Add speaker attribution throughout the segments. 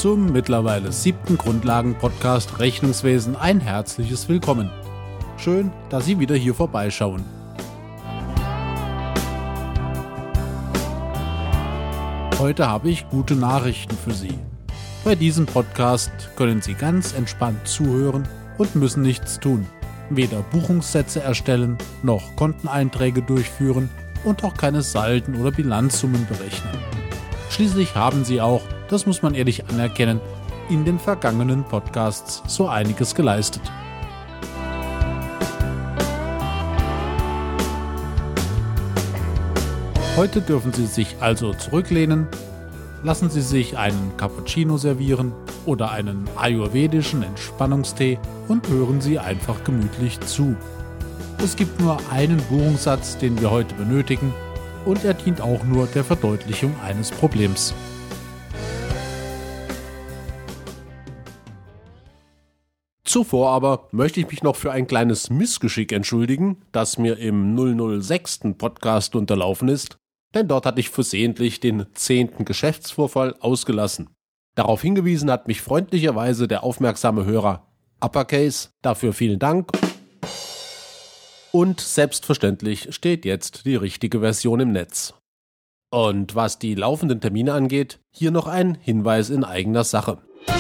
Speaker 1: zum mittlerweile 7. Grundlagen-Podcast Rechnungswesen ein herzliches Willkommen. Schön, dass Sie wieder hier vorbeischauen. Heute habe ich gute Nachrichten für Sie. Bei diesem Podcast können Sie ganz entspannt zuhören und müssen nichts tun. Weder Buchungssätze erstellen, noch Konteneinträge durchführen und auch keine Salden oder Bilanzsummen berechnen. Schließlich haben Sie auch, das muss man ehrlich anerkennen, in den vergangenen Podcasts so einiges geleistet. Heute dürfen Sie sich also zurücklehnen, lassen Sie sich einen Cappuccino servieren oder einen ayurvedischen Entspannungstee und hören Sie einfach gemütlich zu. Es gibt nur einen Buchungssatz, den wir heute benötigen, und er dient auch nur der Verdeutlichung eines Problems.
Speaker 2: Zuvor aber möchte ich mich noch für ein kleines Missgeschick entschuldigen, das mir im 006. Podcast unterlaufen ist, denn dort hatte ich versehentlich den 10. Geschäftsvorfall ausgelassen. Darauf hingewiesen hat mich freundlicherweise der aufmerksame Hörer Uppercase, dafür vielen Dank. Und selbstverständlich steht jetzt die richtige Version im Netz. Und was die laufenden Termine angeht, hier noch ein Hinweis in eigener Sache.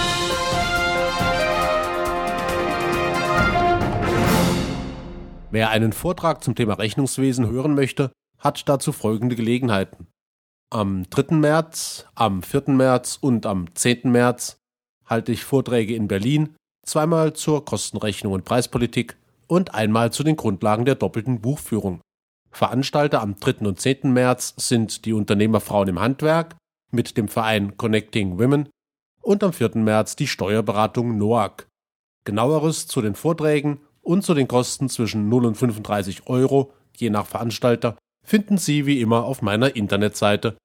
Speaker 2: Wer einen Vortrag zum Thema Rechnungswesen hören möchte, hat dazu folgende Gelegenheiten. Am 3. März, am 4. März und am 10. März halte ich Vorträge in Berlin, zweimal zur Kostenrechnung und Preispolitik und einmal zu den Grundlagen der doppelten Buchführung. Veranstalter am 3. und 10. März sind die Unternehmerfrauen im Handwerk mit dem Verein Connecting Women und am 4. März die Steuerberatung NOAG. Genaueres zu den Vorträgen und zu den Kosten zwischen 0 und 35 Euro, je nach Veranstalter, finden Sie wie immer auf meiner Internetseite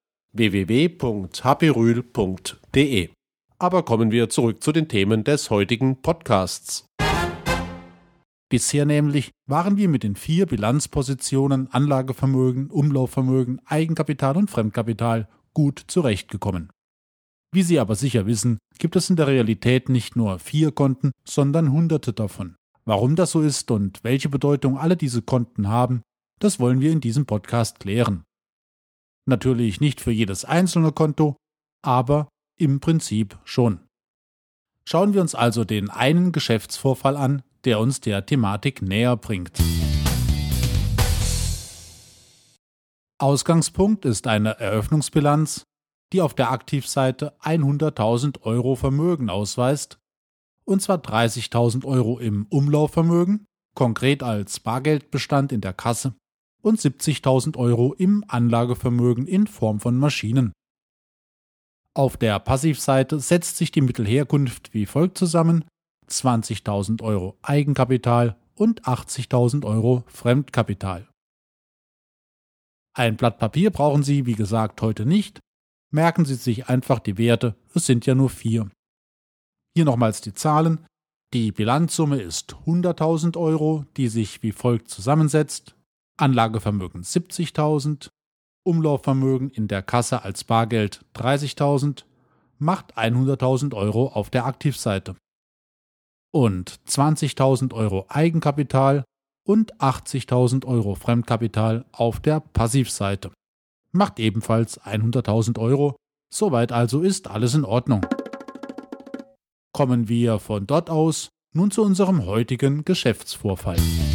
Speaker 2: www.hprühl.de. Aber kommen wir zurück zu den Themen des heutigen Podcasts.
Speaker 1: Bisher nämlich waren wir mit den 4 Bilanzpositionen Anlagevermögen, Umlaufvermögen, Eigenkapital und Fremdkapital gut zurechtgekommen. Wie Sie aber sicher wissen, gibt es in der Realität nicht nur 4 Konten, sondern Hunderte davon. Warum das so ist und welche Bedeutung alle diese Konten haben, das wollen wir in diesem Podcast klären. Natürlich nicht für jedes einzelne Konto, aber im Prinzip schon. Schauen wir uns also den einen Geschäftsvorfall an, der uns der Thematik näher bringt. Ausgangspunkt ist eine Eröffnungsbilanz, die auf der Aktivseite 100.000 Euro Vermögen ausweist, und zwar 30.000 Euro im Umlaufvermögen, konkret als Bargeldbestand in der Kasse, und 70.000 Euro im Anlagevermögen in Form von Maschinen. Auf der Passivseite setzt sich die Mittelherkunft wie folgt zusammen: 20.000 Euro Eigenkapital und 80.000 Euro Fremdkapital. Ein Blatt Papier brauchen Sie, wie gesagt, heute nicht. Merken Sie sich einfach die Werte, es sind ja nur 4. Hier nochmals die Zahlen. Die Bilanzsumme ist 100.000 Euro, die sich wie folgt zusammensetzt: Anlagevermögen 70.000, Umlaufvermögen in der Kasse als Bargeld 30.000, macht 100.000 Euro auf der Aktivseite. Und 20.000 Euro Eigenkapital und 80.000 Euro Fremdkapital auf der Passivseite. Macht ebenfalls 100.000 Euro, soweit also ist alles in Ordnung. Kommen wir von dort aus nun zu unserem heutigen Geschäftsvorfall.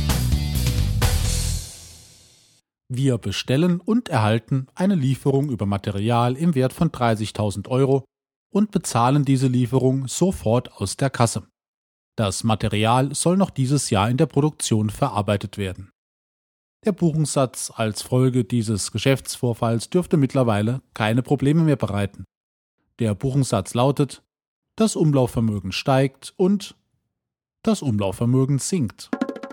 Speaker 1: Wir bestellen und erhalten eine Lieferung über Material im Wert von 30.000 Euro und bezahlen diese Lieferung sofort aus der Kasse. Das Material soll noch dieses Jahr in der Produktion verarbeitet werden. Der Buchungssatz als Folge dieses Geschäftsvorfalls dürfte mittlerweile keine Probleme mehr bereiten. Der Buchungssatz lautet: Das Umlaufvermögen steigt und das Umlaufvermögen sinkt.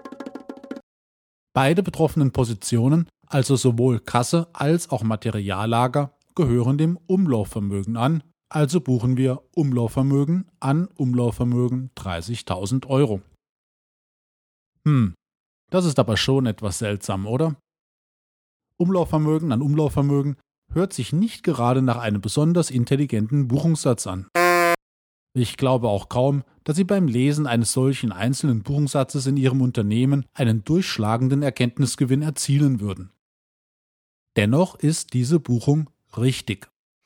Speaker 1: Beide betroffenen Positionen, also sowohl Kasse als auch Materiallager, gehören dem Umlaufvermögen an, also buchen wir Umlaufvermögen an Umlaufvermögen 30.000 Euro. Das ist aber schon etwas seltsam, oder? Umlaufvermögen an Umlaufvermögen hört sich nicht gerade nach einem besonders intelligenten Buchungssatz an. Ich glaube auch kaum, dass Sie beim Lesen eines solchen einzelnen Buchungssatzes in Ihrem Unternehmen einen durchschlagenden Erkenntnisgewinn erzielen würden. Dennoch ist diese Buchung richtig.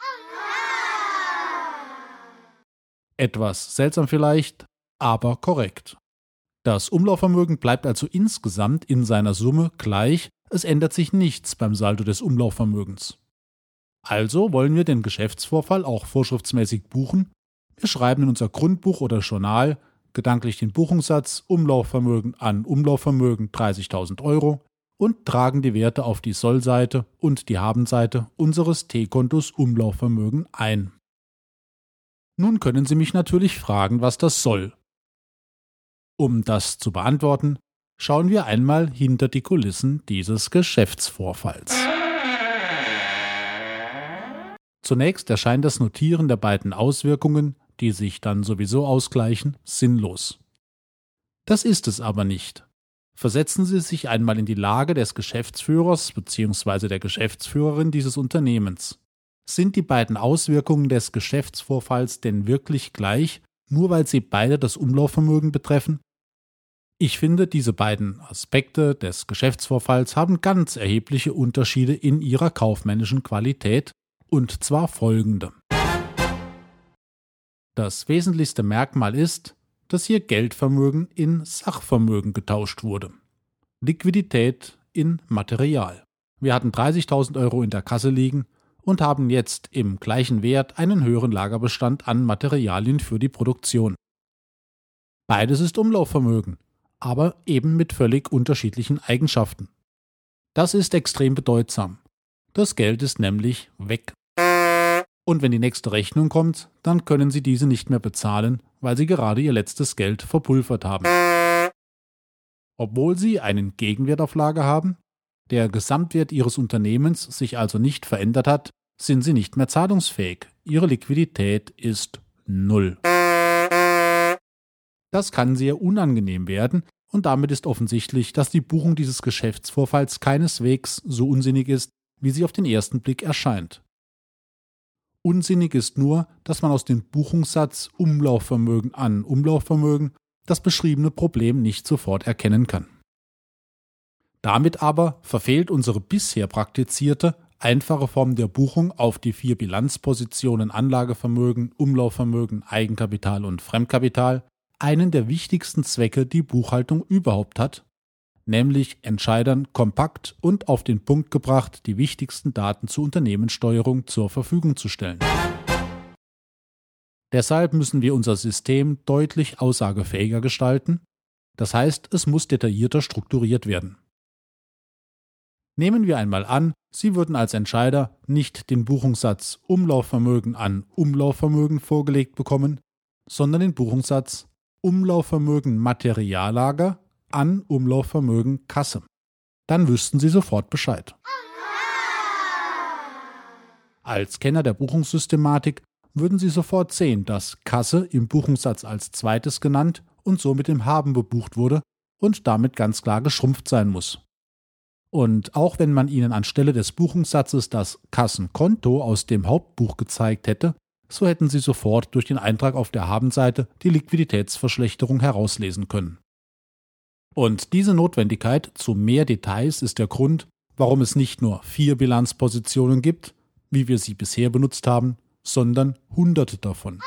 Speaker 1: Etwas seltsam vielleicht, aber korrekt. Das Umlaufvermögen bleibt also insgesamt in seiner Summe gleich, es ändert sich nichts beim Saldo des Umlaufvermögens. Also wollen wir den Geschäftsvorfall auch vorschriftsmäßig buchen. Wir schreiben in unser Grundbuch oder Journal gedanklich den Buchungssatz Umlaufvermögen an Umlaufvermögen 30.000 Euro und tragen die Werte auf die Soll-Seite und die Haben-Seite unseres T-Kontos Umlaufvermögen ein. Nun können Sie mich natürlich fragen, was das soll. Um das zu beantworten, schauen wir einmal hinter die Kulissen dieses Geschäftsvorfalls. Zunächst erscheint das Notieren der beiden Auswirkungen, die sich dann sowieso ausgleichen, sinnlos. Das ist es aber nicht. Versetzen Sie sich einmal in die Lage des Geschäftsführers bzw. der Geschäftsführerin dieses Unternehmens. Sind die beiden Auswirkungen des Geschäftsvorfalls denn wirklich gleich, nur weil sie beide das Umlaufvermögen betreffen? Ich finde, diese beiden Aspekte des Geschäftsvorfalls haben ganz erhebliche Unterschiede in ihrer kaufmännischen Qualität, und zwar folgende. Das wesentlichste Merkmal ist, dass hier Geldvermögen in Sachvermögen getauscht wurde. Liquidität in Material. Wir hatten 30.000 Euro in der Kasse liegen und haben jetzt im gleichen Wert einen höheren Lagerbestand an Materialien für die Produktion. Beides ist Umlaufvermögen, aber eben mit völlig unterschiedlichen Eigenschaften. Das ist extrem bedeutsam. Das Geld ist nämlich weg. Und wenn die nächste Rechnung kommt, dann können Sie diese nicht mehr bezahlen, weil Sie gerade Ihr letztes Geld verpulvert haben. Obwohl Sie einen Gegenwert auf Lager haben, der Gesamtwert Ihres Unternehmens sich also nicht verändert hat, sind Sie nicht mehr zahlungsfähig. Ihre Liquidität ist 0. Das kann sehr unangenehm werden und damit ist offensichtlich, dass die Buchung dieses Geschäftsvorfalls keineswegs so unsinnig ist, wie sie auf den ersten Blick erscheint. Unsinnig ist nur, dass man aus dem Buchungssatz Umlaufvermögen an Umlaufvermögen das beschriebene Problem nicht sofort erkennen kann. Damit aber verfehlt unsere bisher praktizierte, einfache Form der Buchung auf die 4 Bilanzpositionen Anlagevermögen, Umlaufvermögen, Eigenkapital und Fremdkapital einen der wichtigsten Zwecke, die Buchhaltung überhaupt hat, nämlich Entscheidern kompakt und auf den Punkt gebracht, die wichtigsten Daten zur Unternehmenssteuerung zur Verfügung zu stellen. Deshalb müssen wir unser System deutlich aussagefähiger gestalten, das heißt, es muss detaillierter strukturiert werden. Nehmen wir einmal an, Sie würden als Entscheider nicht den Buchungssatz Umlaufvermögen an Umlaufvermögen vorgelegt bekommen, sondern den Buchungssatz Umlaufvermögen Materiallager an Umlaufvermögen Kasse. Dann wüssten Sie sofort Bescheid. Als Kenner der Buchungssystematik würden Sie sofort sehen, dass Kasse im Buchungssatz als zweites genannt und somit im Haben bebucht wurde und damit ganz klar geschrumpft sein muss. Und auch wenn man Ihnen anstelle des Buchungssatzes das Kassenkonto aus dem Hauptbuch gezeigt hätte, so hätten Sie sofort durch den Eintrag auf der Habenseite die Liquiditätsverschlechterung herauslesen können. Und diese Notwendigkeit zu mehr Details ist der Grund, warum es nicht nur 4 Bilanzpositionen gibt, wie wir sie bisher benutzt haben, sondern Hunderte davon.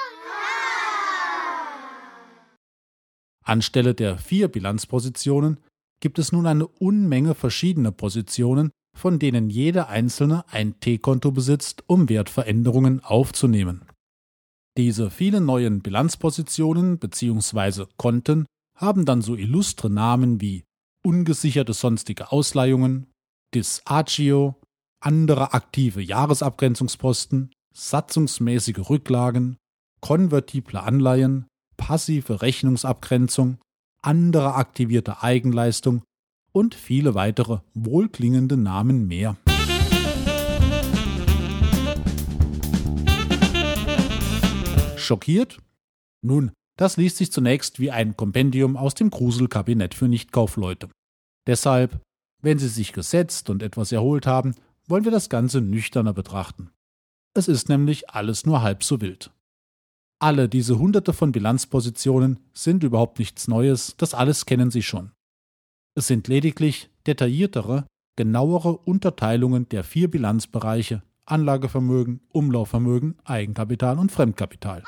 Speaker 1: Anstelle der 4 Bilanzpositionen gibt es nun eine Unmenge verschiedener Positionen, von denen jede einzelne ein T-Konto besitzt, um Wertveränderungen aufzunehmen. Diese vielen neuen Bilanzpositionen bzw. Konten haben dann so illustre Namen wie ungesicherte sonstige Ausleihungen, Disagio, andere aktive Jahresabgrenzungsposten, satzungsmäßige Rücklagen, konvertible Anleihen, passive Rechnungsabgrenzung, andere aktivierte Eigenleistung und viele weitere wohlklingende Namen mehr. Schockiert? Nun, das liest sich zunächst wie ein Kompendium aus dem Gruselkabinett für Nichtkaufleute. Deshalb, wenn Sie sich gesetzt und etwas erholt haben, wollen wir das Ganze nüchterner betrachten. Es ist nämlich alles nur halb so wild. Alle diese Hunderte von Bilanzpositionen sind überhaupt nichts Neues, das alles kennen Sie schon. Es sind lediglich detailliertere, genauere Unterteilungen der 4 Bilanzbereiche Anlagevermögen, Umlaufvermögen, Eigenkapital und Fremdkapital.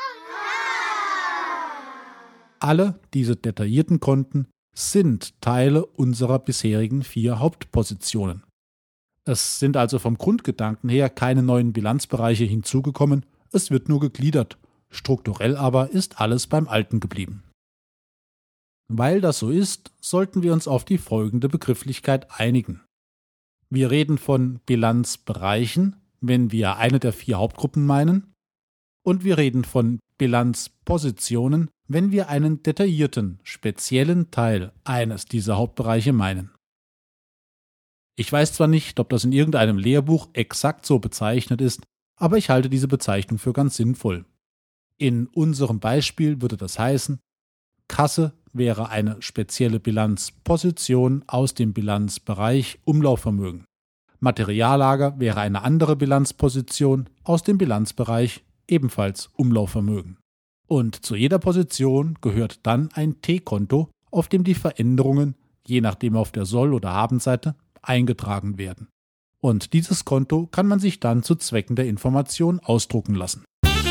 Speaker 1: Alle diese detaillierten Konten sind Teile unserer bisherigen 4 Hauptpositionen. Es sind also vom Grundgedanken her keine neuen Bilanzbereiche hinzugekommen, es wird nur gegliedert. Strukturell aber ist alles beim Alten geblieben. Weil das so ist, sollten wir uns auf die folgende Begrifflichkeit einigen. Wir reden von Bilanzbereichen, wenn wir eine der 4 Hauptgruppen meinen, und wir reden von Bilanzpositionen, wenn wir einen detaillierten, speziellen Teil eines dieser Hauptbereiche meinen. Ich weiß zwar nicht, ob das in irgendeinem Lehrbuch exakt so bezeichnet ist, aber ich halte diese Bezeichnung für ganz sinnvoll. In unserem Beispiel würde das heißen, Kasse wäre eine spezielle Bilanzposition aus dem Bilanzbereich Umlaufvermögen. Materiallager wäre eine andere Bilanzposition aus dem Bilanzbereich ebenfalls Umlaufvermögen. Und zu jeder Position gehört dann ein T-Konto, auf dem die Veränderungen, je nachdem auf der Soll- oder Habenseite, eingetragen werden. Und dieses Konto kann man sich dann zu Zwecken der Information ausdrucken lassen.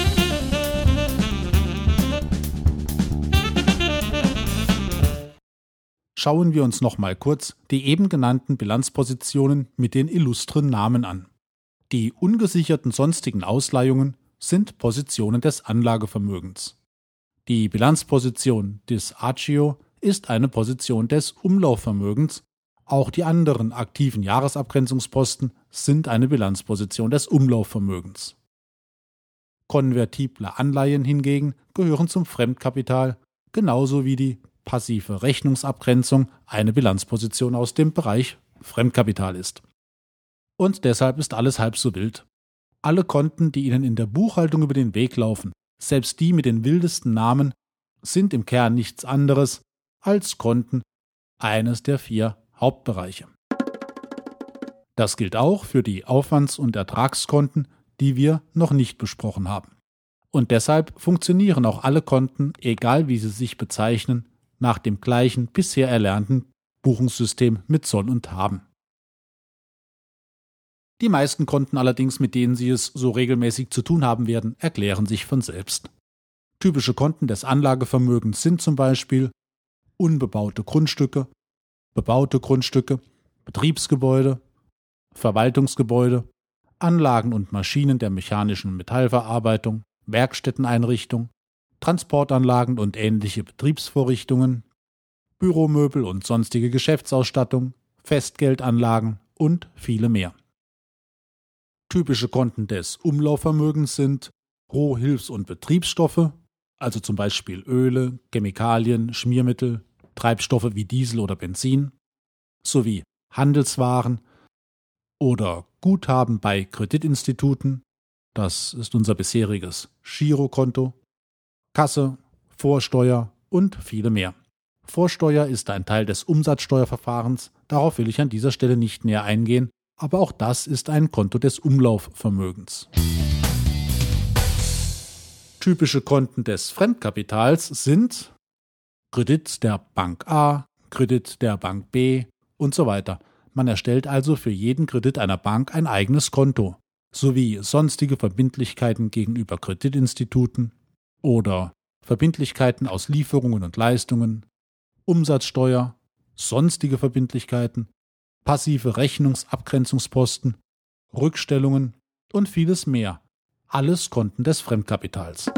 Speaker 1: Schauen wir uns nochmal kurz die eben genannten Bilanzpositionen mit den illustren Namen an. Die ungesicherten sonstigen Ausleihungen sind Positionen des Anlagevermögens. Die Bilanzposition des Agio ist eine Position des Umlaufvermögens. Auch die anderen aktiven Jahresabgrenzungsposten sind eine Bilanzposition des Umlaufvermögens. Konvertible Anleihen hingegen gehören zum Fremdkapital, genauso wie die passive Rechnungsabgrenzung eine Bilanzposition aus dem Bereich Fremdkapital ist. Und deshalb ist alles halb so wild. Alle Konten, die Ihnen in der Buchhaltung über den Weg laufen, selbst die mit den wildesten Namen, sind im Kern nichts anderes als Konten eines der 4 Hauptbereiche. Das gilt auch für die Aufwands- und Ertragskonten, die wir noch nicht besprochen haben. Und deshalb funktionieren auch alle Konten, egal wie sie sich bezeichnen, nach dem gleichen bisher erlernten Buchungssystem mit Soll und Haben. Die meisten Konten allerdings, mit denen Sie es so regelmäßig zu tun haben werden, erklären sich von selbst. Typische Konten des Anlagevermögens sind zum Beispiel unbebaute Grundstücke, bebaute Grundstücke, Betriebsgebäude, Verwaltungsgebäude, Anlagen und Maschinen der mechanischen Metallverarbeitung, Werkstätteneinrichtung, Transportanlagen und ähnliche Betriebsvorrichtungen, Büromöbel und sonstige Geschäftsausstattung, Festgeldanlagen und viele mehr. Typische Konten des Umlaufvermögens sind Rohhilfs- und Betriebsstoffe, also zum Beispiel Öle, Chemikalien, Schmiermittel, Treibstoffe wie Diesel oder Benzin, sowie Handelswaren oder Guthaben bei Kreditinstituten, das ist unser bisheriges Girokonto, Kasse, Vorsteuer und viele mehr. Vorsteuer ist ein Teil des Umsatzsteuerverfahrens, darauf will ich an dieser Stelle nicht näher eingehen, aber auch das ist ein Konto des Umlaufvermögens. Typische Konten des Fremdkapitals sind Kredit der Bank A, Kredit der Bank B und so weiter. Man erstellt also für jeden Kredit einer Bank ein eigenes Konto, sowie sonstige Verbindlichkeiten gegenüber Kreditinstituten oder Verbindlichkeiten aus Lieferungen und Leistungen, Umsatzsteuer, sonstige Verbindlichkeiten, passive Rechnungsabgrenzungsposten, Rückstellungen und vieles mehr. Alles Konten des Fremdkapitals.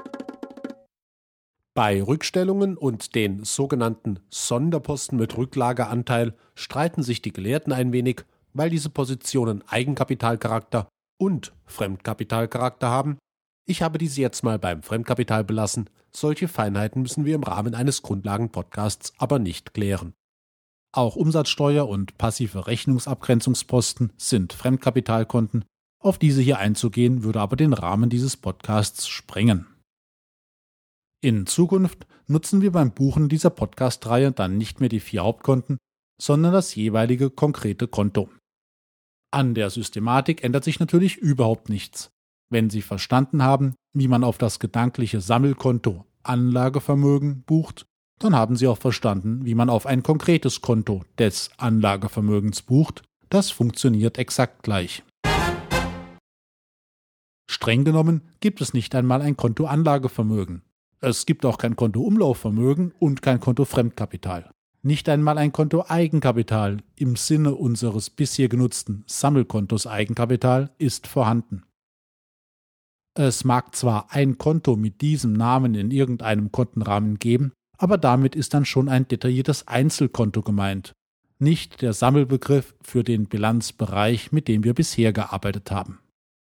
Speaker 2: Bei Rückstellungen und den sogenannten Sonderposten mit Rücklageanteil streiten sich die Gelehrten ein wenig, weil diese Positionen Eigenkapitalcharakter und Fremdkapitalcharakter haben. Ich habe diese jetzt mal beim Fremdkapital belassen. Solche Feinheiten müssen wir im Rahmen eines Grundlagen-Podcasts aber nicht klären. Auch Umsatzsteuer und passive Rechnungsabgrenzungsposten sind Fremdkapitalkonten. Auf diese hier einzugehen, würde aber den Rahmen dieses Podcasts sprengen. In Zukunft nutzen wir beim Buchen dieser Podcast-Reihe dann nicht mehr die 4 Hauptkonten, sondern das jeweilige konkrete Konto. An der Systematik ändert sich natürlich überhaupt nichts.
Speaker 1: Wenn Sie verstanden haben, wie man auf das gedankliche Sammelkonto Anlagevermögen bucht, dann haben Sie auch verstanden, wie man auf ein konkretes Konto des Anlagevermögens bucht. Das funktioniert exakt gleich. Streng genommen gibt es nicht einmal ein Konto Anlagevermögen. Es gibt auch kein Konto Umlaufvermögen und kein Konto Fremdkapital. Nicht einmal ein Konto Eigenkapital im Sinne unseres bisher genutzten Sammelkontos Eigenkapital ist vorhanden. Es mag zwar ein Konto mit diesem Namen in irgendeinem Kontenrahmen geben, aber damit ist dann schon ein detailliertes Einzelkonto gemeint, nicht der Sammelbegriff für den Bilanzbereich, mit dem wir bisher gearbeitet haben.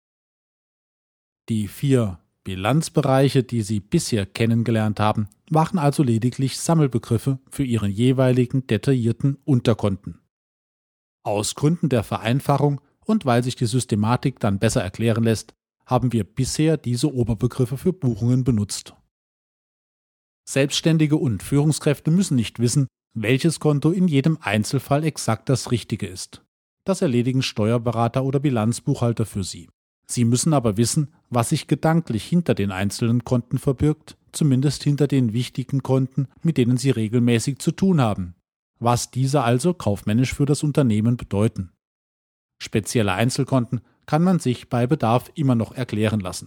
Speaker 1: Die 4 Bilanzbereiche, die Sie bisher kennengelernt haben, waren also lediglich Sammelbegriffe für Ihre jeweiligen detaillierten Unterkonten. Aus Gründen der Vereinfachung und weil sich die Systematik dann besser erklären lässt, haben wir bisher diese Oberbegriffe für Buchungen benutzt. Selbstständige und Führungskräfte müssen nicht wissen, welches Konto in jedem Einzelfall exakt das Richtige ist. Das erledigen Steuerberater oder Bilanzbuchhalter für Sie. Sie müssen aber wissen, was sich gedanklich hinter den einzelnen Konten verbirgt, zumindest hinter den wichtigen Konten, mit denen Sie regelmäßig zu tun haben, was diese also kaufmännisch für das Unternehmen bedeuten. Spezielle Einzelkonten kann man sich bei Bedarf immer noch erklären lassen.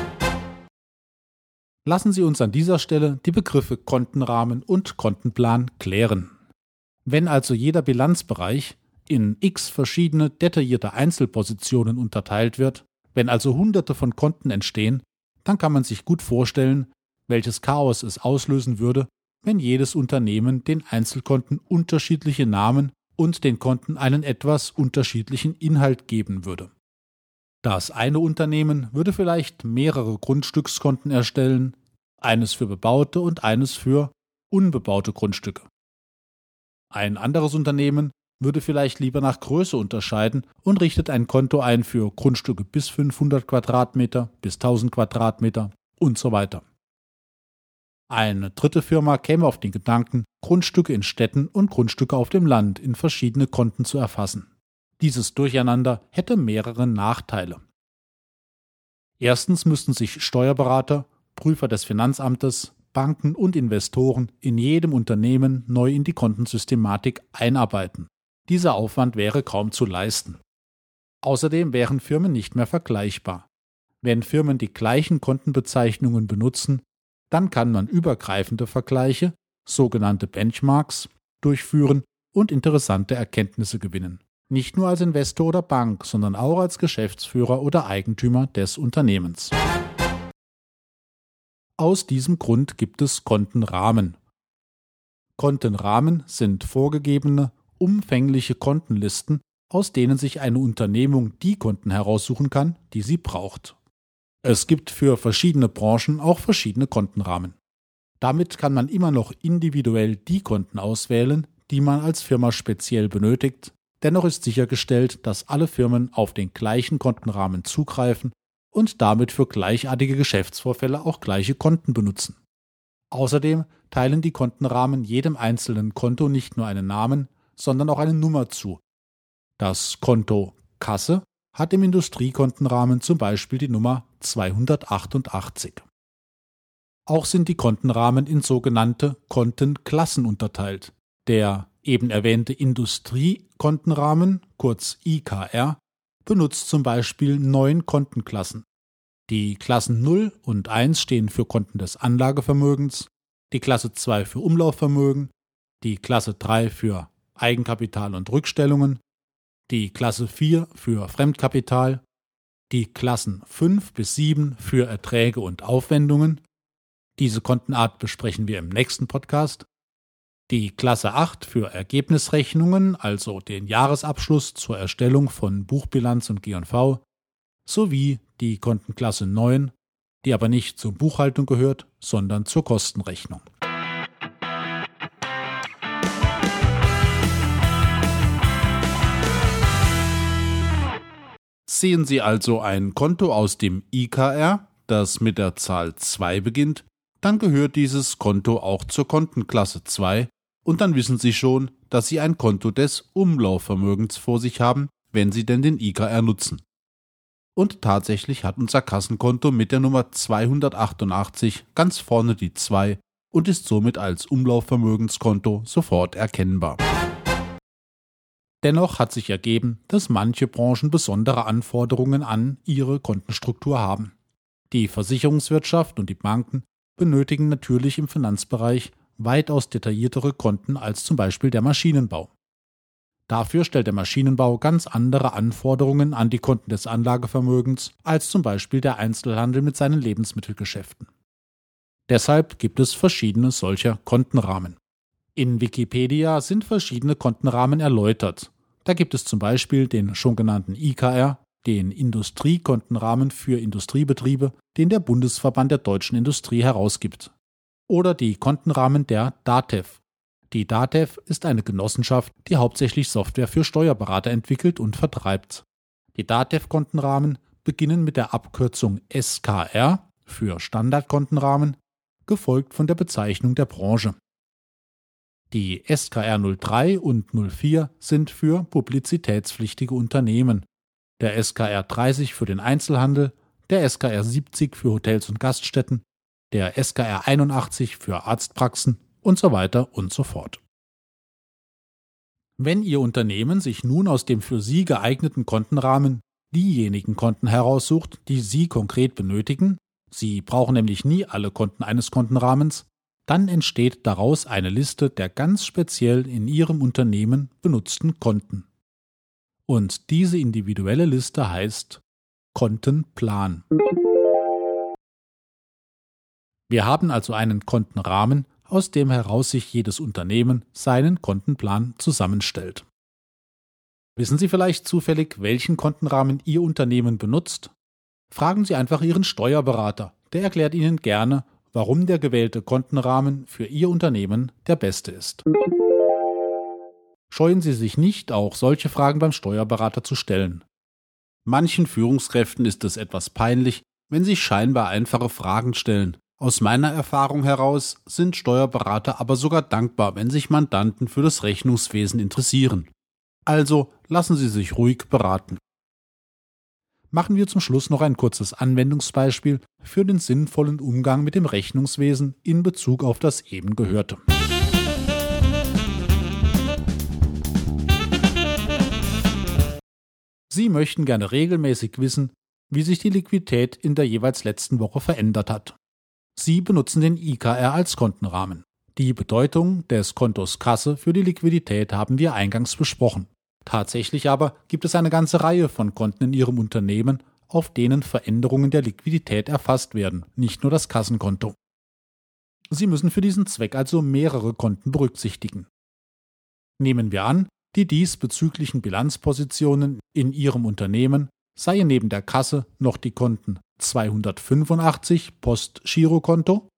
Speaker 1: Lassen Sie uns an dieser Stelle die Begriffe Kontenrahmen und Kontenplan klären. Wenn also jeder Bilanzbereich in x verschiedene detaillierte Einzelpositionen unterteilt wird, wenn also Hunderte von Konten entstehen, dann kann man sich gut vorstellen, welches Chaos es auslösen würde, wenn jedes Unternehmen den Einzelkonten unterschiedliche Namen und den Konten einen etwas unterschiedlichen Inhalt geben würde. Das eine Unternehmen würde vielleicht mehrere Grundstückskonten erstellen, eines für bebaute und eines für unbebaute Grundstücke. Ein anderes Unternehmen würde vielleicht lieber nach Größe unterscheiden und richtet ein Konto ein für Grundstücke bis 500 Quadratmeter, bis 1000 Quadratmeter und so weiter. Eine dritte Firma käme auf den Gedanken, Grundstücke in Städten und Grundstücke auf dem Land in verschiedene Konten zu erfassen. Dieses Durcheinander hätte mehrere Nachteile. Erstens müssten sich Steuerberater, Prüfer des Finanzamtes, Banken und Investoren in jedem Unternehmen neu in die Kontensystematik einarbeiten. Dieser Aufwand wäre kaum zu leisten. Außerdem wären Firmen nicht mehr vergleichbar. Wenn Firmen die gleichen Kontenbezeichnungen benutzen, dann kann man übergreifende Vergleiche, sogenannte Benchmarks, durchführen und interessante Erkenntnisse gewinnen. Nicht nur als Investor oder Bank, sondern auch als Geschäftsführer oder Eigentümer des Unternehmens. Aus diesem Grund gibt es Kontenrahmen. Kontenrahmen sind vorgegebene, umfängliche Kontenlisten, aus denen sich eine Unternehmung die Konten heraussuchen kann, die sie braucht. Es gibt für verschiedene Branchen auch verschiedene Kontenrahmen. Damit kann man immer noch individuell die Konten auswählen, die man als Firma speziell benötigt. Dennoch ist sichergestellt, dass alle Firmen auf den gleichen Kontenrahmen zugreifen und damit für gleichartige Geschäftsvorfälle auch gleiche Konten benutzen. Außerdem teilen die Kontenrahmen jedem einzelnen Konto nicht nur einen Namen, sondern auch eine Nummer zu. Das Konto Kasse hat im Industriekontenrahmen zum Beispiel die Nummer 288. Auch sind die Kontenrahmen in sogenannte Kontenklassen unterteilt. Der eben erwähnte Industriekontenrahmen, kurz IKR, benutzt zum Beispiel 9 Kontenklassen. Die Klassen 0 und 1 stehen für Konten des Anlagevermögens, die Klasse 2 für Umlaufvermögen, die Klasse 3 für Eigenkapital und Rückstellungen, die Klasse 4 für Fremdkapital, die Klassen 5 bis 7 für Erträge und Aufwendungen. Diese Kontenart besprechen wir im nächsten Podcast. Die Klasse 8 für Ergebnisrechnungen, also den Jahresabschluss zur Erstellung von Buchbilanz und G&V, sowie die Kontenklasse 9, die aber nicht zur Buchhaltung gehört, sondern zur Kostenrechnung. Sehen Sie also ein Konto aus dem IKR, das mit der Zahl 2 beginnt, dann gehört dieses Konto auch zur Kontenklasse 2 und dann wissen Sie schon, dass Sie ein Konto des Umlaufvermögens vor sich haben, wenn Sie denn den IKR nutzen. Und tatsächlich hat unser Kassenkonto mit der Nummer 288 ganz vorne die 2 und ist somit als Umlaufvermögenskonto sofort erkennbar. Dennoch hat sich ergeben, dass manche Branchen besondere Anforderungen an ihre Kontenstruktur haben. Die Versicherungswirtschaft und die Banken benötigen natürlich im Finanzbereich weitaus detailliertere Konten als zum Beispiel der Maschinenbau. Dafür stellt der Maschinenbau ganz andere Anforderungen an die Konten des Anlagevermögens als zum Beispiel der Einzelhandel mit seinen Lebensmittelgeschäften. Deshalb gibt es verschiedene solcher Kontenrahmen. In Wikipedia sind verschiedene Kontenrahmen erläutert. Da gibt es zum Beispiel den schon genannten IKR, den Industriekontenrahmen für Industriebetriebe, den der Bundesverband der deutschen Industrie herausgibt. Oder die Kontenrahmen der DATEV. Die DATEV ist eine Genossenschaft, die hauptsächlich Software für Steuerberater entwickelt und vertreibt. Die DATEV-Kontenrahmen beginnen mit der Abkürzung SKR für Standardkontenrahmen, gefolgt von der Bezeichnung der Branche. Die SKR 03 und 04 sind für publizitätspflichtige Unternehmen, der SKR 30 für den Einzelhandel, der SKR 70 für Hotels und Gaststätten, der SKR 81 für Arztpraxen und so weiter und so fort. Wenn Ihr Unternehmen sich nun aus dem für Sie geeigneten Kontenrahmen diejenigen Konten heraussucht, die Sie konkret benötigen, Sie brauchen nämlich nie alle Konten eines Kontenrahmens, dann entsteht daraus eine Liste der ganz speziell in Ihrem Unternehmen benutzten Konten. Und diese individuelle Liste heißt Kontenplan. Wir haben also einen Kontenrahmen, aus dem heraus sich jedes Unternehmen seinen Kontenplan zusammenstellt. Wissen Sie vielleicht zufällig, welchen Kontenrahmen Ihr Unternehmen benutzt? Fragen Sie einfach Ihren Steuerberater, der erklärt Ihnen gerne, warum der gewählte Kontenrahmen für Ihr Unternehmen der beste ist. Scheuen Sie sich nicht, auch solche Fragen beim Steuerberater zu stellen. Manchen Führungskräften ist es etwas peinlich, wenn sie scheinbar einfache Fragen stellen. Aus meiner Erfahrung heraus sind Steuerberater aber sogar dankbar, wenn sich Mandanten für das Rechnungswesen interessieren. Also lassen Sie sich ruhig beraten. Machen wir zum Schluss noch ein kurzes Anwendungsbeispiel für den sinnvollen Umgang mit dem Rechnungswesen in Bezug auf das eben Gehörte. Sie möchten gerne regelmäßig wissen, wie sich die Liquidität in der jeweils letzten Woche verändert hat. Sie benutzen den IKR als Kontenrahmen. Die Bedeutung des Kontos Kasse für die Liquidität haben wir eingangs besprochen. Tatsächlich aber gibt es eine ganze Reihe von Konten in Ihrem Unternehmen, auf denen Veränderungen der Liquidität erfasst werden, nicht nur das Kassenkonto. Sie müssen für diesen Zweck also mehrere Konten berücksichtigen. Nehmen wir an, die diesbezüglichen Bilanzpositionen in Ihrem Unternehmen seien neben der Kasse noch die Konten 285 Post-Girokonto,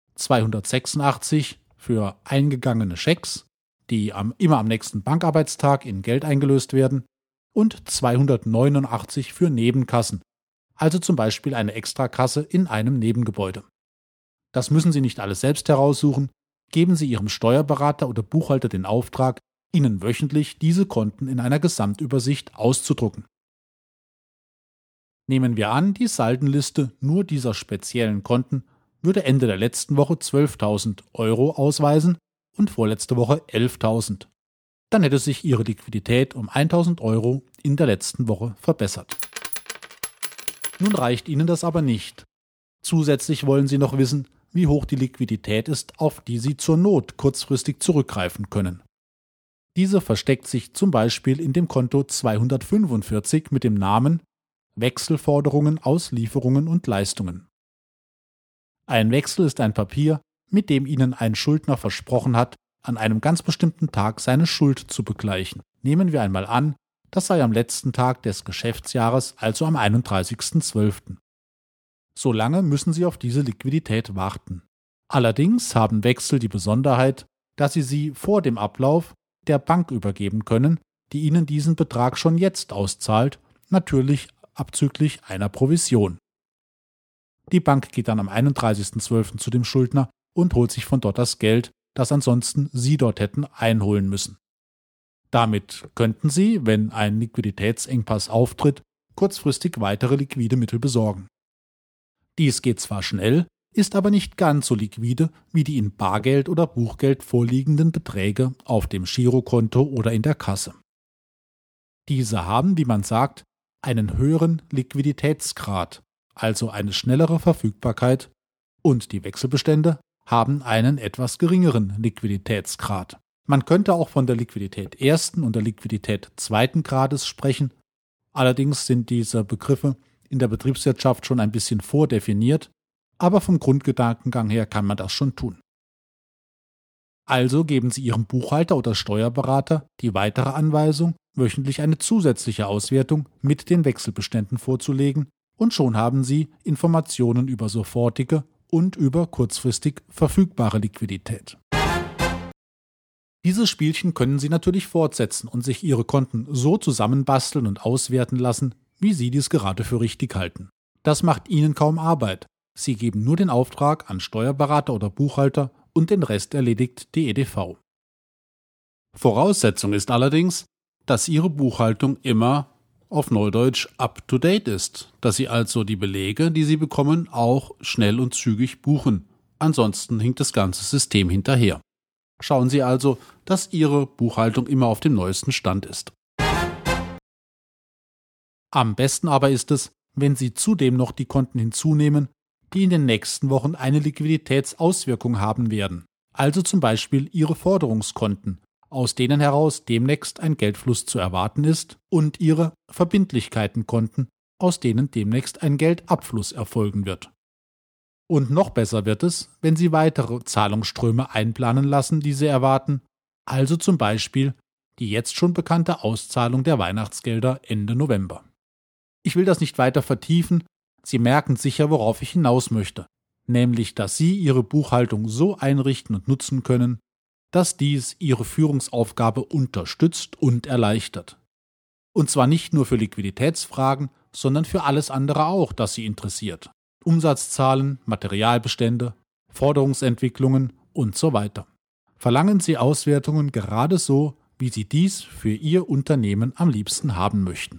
Speaker 1: 286 für eingegangene Schecks, die immer am nächsten Bankarbeitstag in Geld eingelöst werden, und 289 für Nebenkassen, also zum Beispiel eine Extrakasse in einem Nebengebäude. Das müssen Sie nicht alles selbst heraussuchen, geben Sie Ihrem Steuerberater oder Buchhalter den Auftrag, Ihnen wöchentlich diese Konten in einer Gesamtübersicht auszudrucken. Nehmen wir an, die Saldenliste nur dieser speziellen Konten würde Ende der letzten Woche 12.000 € ausweisen und vorletzte Woche 11.000. Dann hätte sich Ihre Liquidität um 1.000 € in der letzten Woche verbessert. Nun reicht Ihnen das aber nicht. Zusätzlich wollen Sie noch wissen, wie hoch die Liquidität ist, auf die Sie zur Not kurzfristig zurückgreifen können. Diese versteckt sich zum Beispiel in dem Konto 245 mit dem Namen Wechselforderungen aus Lieferungen und Leistungen. Ein Wechsel ist ein Papier, mit dem Ihnen ein Schuldner versprochen hat, an einem ganz bestimmten Tag seine Schuld zu begleichen. Nehmen wir einmal an, das sei am letzten Tag des Geschäftsjahres, also am 31.12. So lange müssen Sie auf diese Liquidität warten. Allerdings haben Wechsel die Besonderheit, dass Sie vor dem Ablauf der Bank übergeben können, die Ihnen diesen Betrag schon jetzt auszahlt, natürlich abzüglich einer Provision. Die Bank geht dann am 31.12. zu dem Schuldner und holt sich von dort das Geld, das ansonsten Sie dort hätten einholen müssen. Damit könnten Sie, wenn ein Liquiditätsengpass auftritt, kurzfristig weitere liquide Mittel besorgen. Dies geht zwar schnell, ist aber nicht ganz so liquide wie die in Bargeld oder Buchgeld vorliegenden Beträge auf dem Girokonto oder in der Kasse. Diese haben, wie man sagt, einen höheren Liquiditätsgrad, also eine schnellere Verfügbarkeit, und die Wechselbestände haben einen etwas geringeren Liquiditätsgrad. Man könnte auch von der Liquidität ersten und der Liquidität zweiten Grades sprechen, allerdings sind diese Begriffe in der Betriebswirtschaft schon ein bisschen vordefiniert, aber vom Grundgedankengang her kann man das schon tun. Also geben Sie Ihrem Buchhalter oder Steuerberater die weitere Anweisung, wöchentlich eine zusätzliche Auswertung mit den Wechselbeständen vorzulegen, und schon haben Sie Informationen über sofortige und über kurzfristig verfügbare Liquidität. Dieses Spielchen können Sie natürlich fortsetzen und sich Ihre Konten so zusammenbasteln und auswerten lassen, wie Sie dies gerade für richtig halten. Das macht Ihnen kaum Arbeit. Sie geben nur den Auftrag an Steuerberater oder Buchhalter und den Rest erledigt die EDV. Voraussetzung ist allerdings, dass Ihre Buchhaltung immer auf Neudeutsch up-to-date ist, dass Sie also die Belege, die Sie bekommen, auch schnell und zügig buchen. Ansonsten hinkt das ganze System hinterher. Schauen Sie also, dass Ihre Buchhaltung immer auf dem neuesten Stand ist. Am besten aber ist es, wenn Sie zudem noch die Konten hinzunehmen, die in den nächsten Wochen eine Liquiditätsauswirkung haben werden. Also zum Beispiel Ihre Forderungskonten, aus denen heraus demnächst ein Geldfluss zu erwarten ist, und Ihre Verbindlichkeitenkonten, aus denen demnächst ein Geldabfluss erfolgen wird. Und noch besser wird es, wenn Sie weitere Zahlungsströme einplanen lassen, die Sie erwarten, also zum Beispiel die jetzt schon bekannte Auszahlung der Weihnachtsgelder Ende November. Ich will das nicht weiter vertiefen, Sie merken sicher, worauf ich hinaus möchte, nämlich, dass Sie Ihre Buchhaltung so einrichten und nutzen können, dass dies Ihre Führungsaufgabe unterstützt und erleichtert. Und zwar nicht nur für Liquiditätsfragen, sondern für alles andere auch, das Sie interessiert. Umsatzzahlen, Materialbestände, Forderungsentwicklungen und so weiter. Verlangen Sie Auswertungen gerade so, wie Sie dies für Ihr Unternehmen am liebsten haben möchten.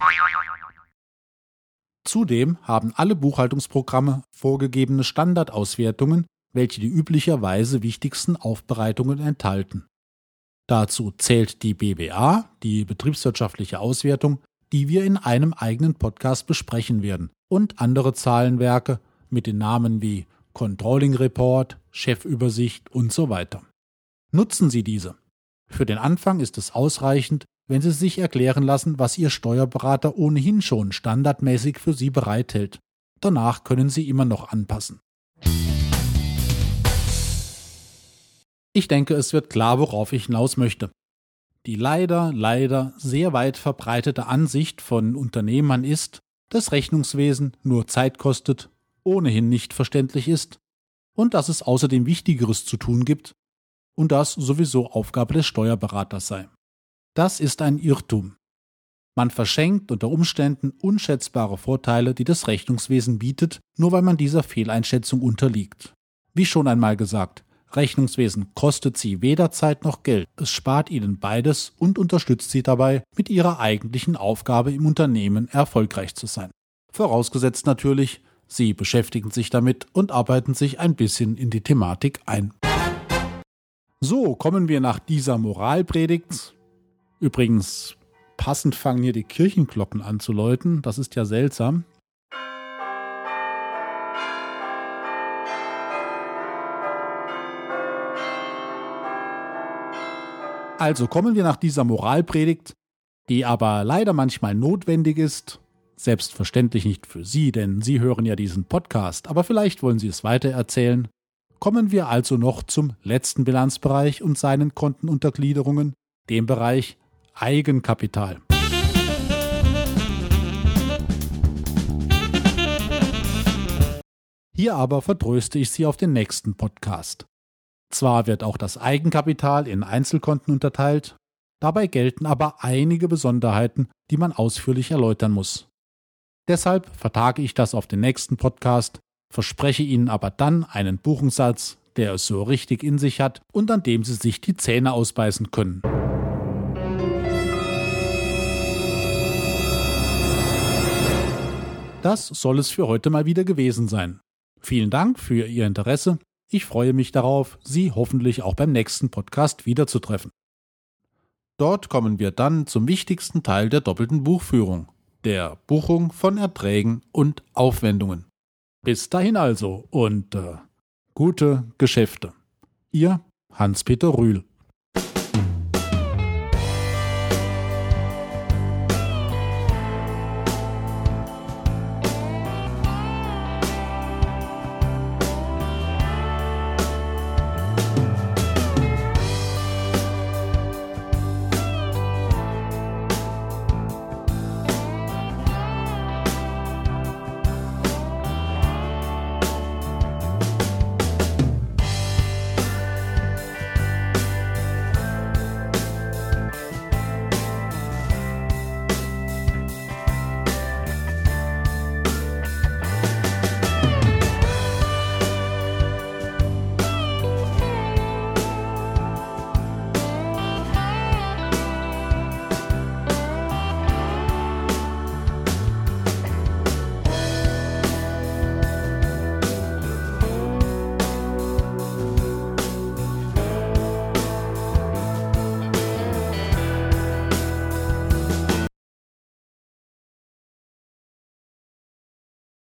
Speaker 1: Zudem haben alle Buchhaltungsprogramme vorgegebene Standardauswertungen, welche die üblicherweise wichtigsten Aufbereitungen enthalten. Dazu zählt die BWA, die betriebswirtschaftliche Auswertung, die wir in einem eigenen Podcast besprechen werden, und andere Zahlenwerke mit den Namen wie Controlling Report, Chefübersicht und so weiter. Nutzen Sie diese. Für den Anfang ist es ausreichend, wenn Sie sich erklären lassen, was Ihr Steuerberater ohnehin schon standardmäßig für Sie bereithält. Danach können Sie immer noch anpassen. Ich denke, es wird klar, worauf ich hinaus möchte. Die leider sehr weit verbreitete Ansicht von Unternehmern ist, dass Rechnungswesen nur Zeit kostet, ohnehin nicht verständlich ist und dass es außerdem Wichtigeres zu tun gibt und das sowieso Aufgabe des Steuerberaters sei. Das ist ein Irrtum. Man verschenkt unter Umständen unschätzbare Vorteile, die das Rechnungswesen bietet, nur weil man dieser Fehleinschätzung unterliegt. Wie schon einmal gesagt, Rechnungswesen kostet Sie weder Zeit noch Geld. Es spart Ihnen beides und unterstützt Sie dabei, mit Ihrer eigentlichen Aufgabe im Unternehmen erfolgreich zu sein. Vorausgesetzt natürlich, Sie beschäftigen sich damit und arbeiten sich ein bisschen in die Thematik ein. So, kommen wir nach dieser Moralpredigt. Übrigens, passend fangen hier die Kirchenglocken an zu läuten. Das ist ja seltsam. Also kommen wir nach dieser Moralpredigt, die aber leider manchmal notwendig ist. Selbstverständlich nicht für Sie, denn Sie hören ja diesen Podcast, aber vielleicht wollen Sie es weitererzählen. Kommen wir also noch zum letzten Bilanzbereich und seinen Kontenuntergliederungen, dem Bereich Eigenkapital. Hier aber vertröste ich Sie auf den nächsten Podcast. Zwar wird auch das Eigenkapital in Einzelkonten unterteilt, dabei gelten aber einige Besonderheiten, die man ausführlich erläutern muss. Deshalb vertage ich das auf den nächsten Podcast, verspreche Ihnen aber dann einen Buchungssatz, der es so richtig in sich hat und an dem Sie sich die Zähne ausbeißen können. Das soll es für heute mal wieder gewesen sein. Vielen Dank für Ihr Interesse. Ich freue mich darauf, Sie hoffentlich auch beim nächsten Podcast wiederzutreffen. Dort kommen wir dann zum wichtigsten Teil der doppelten Buchführung, der Buchung von Erträgen und Aufwendungen. Bis dahin also und gute Geschäfte. Ihr Hans-Peter Rühl.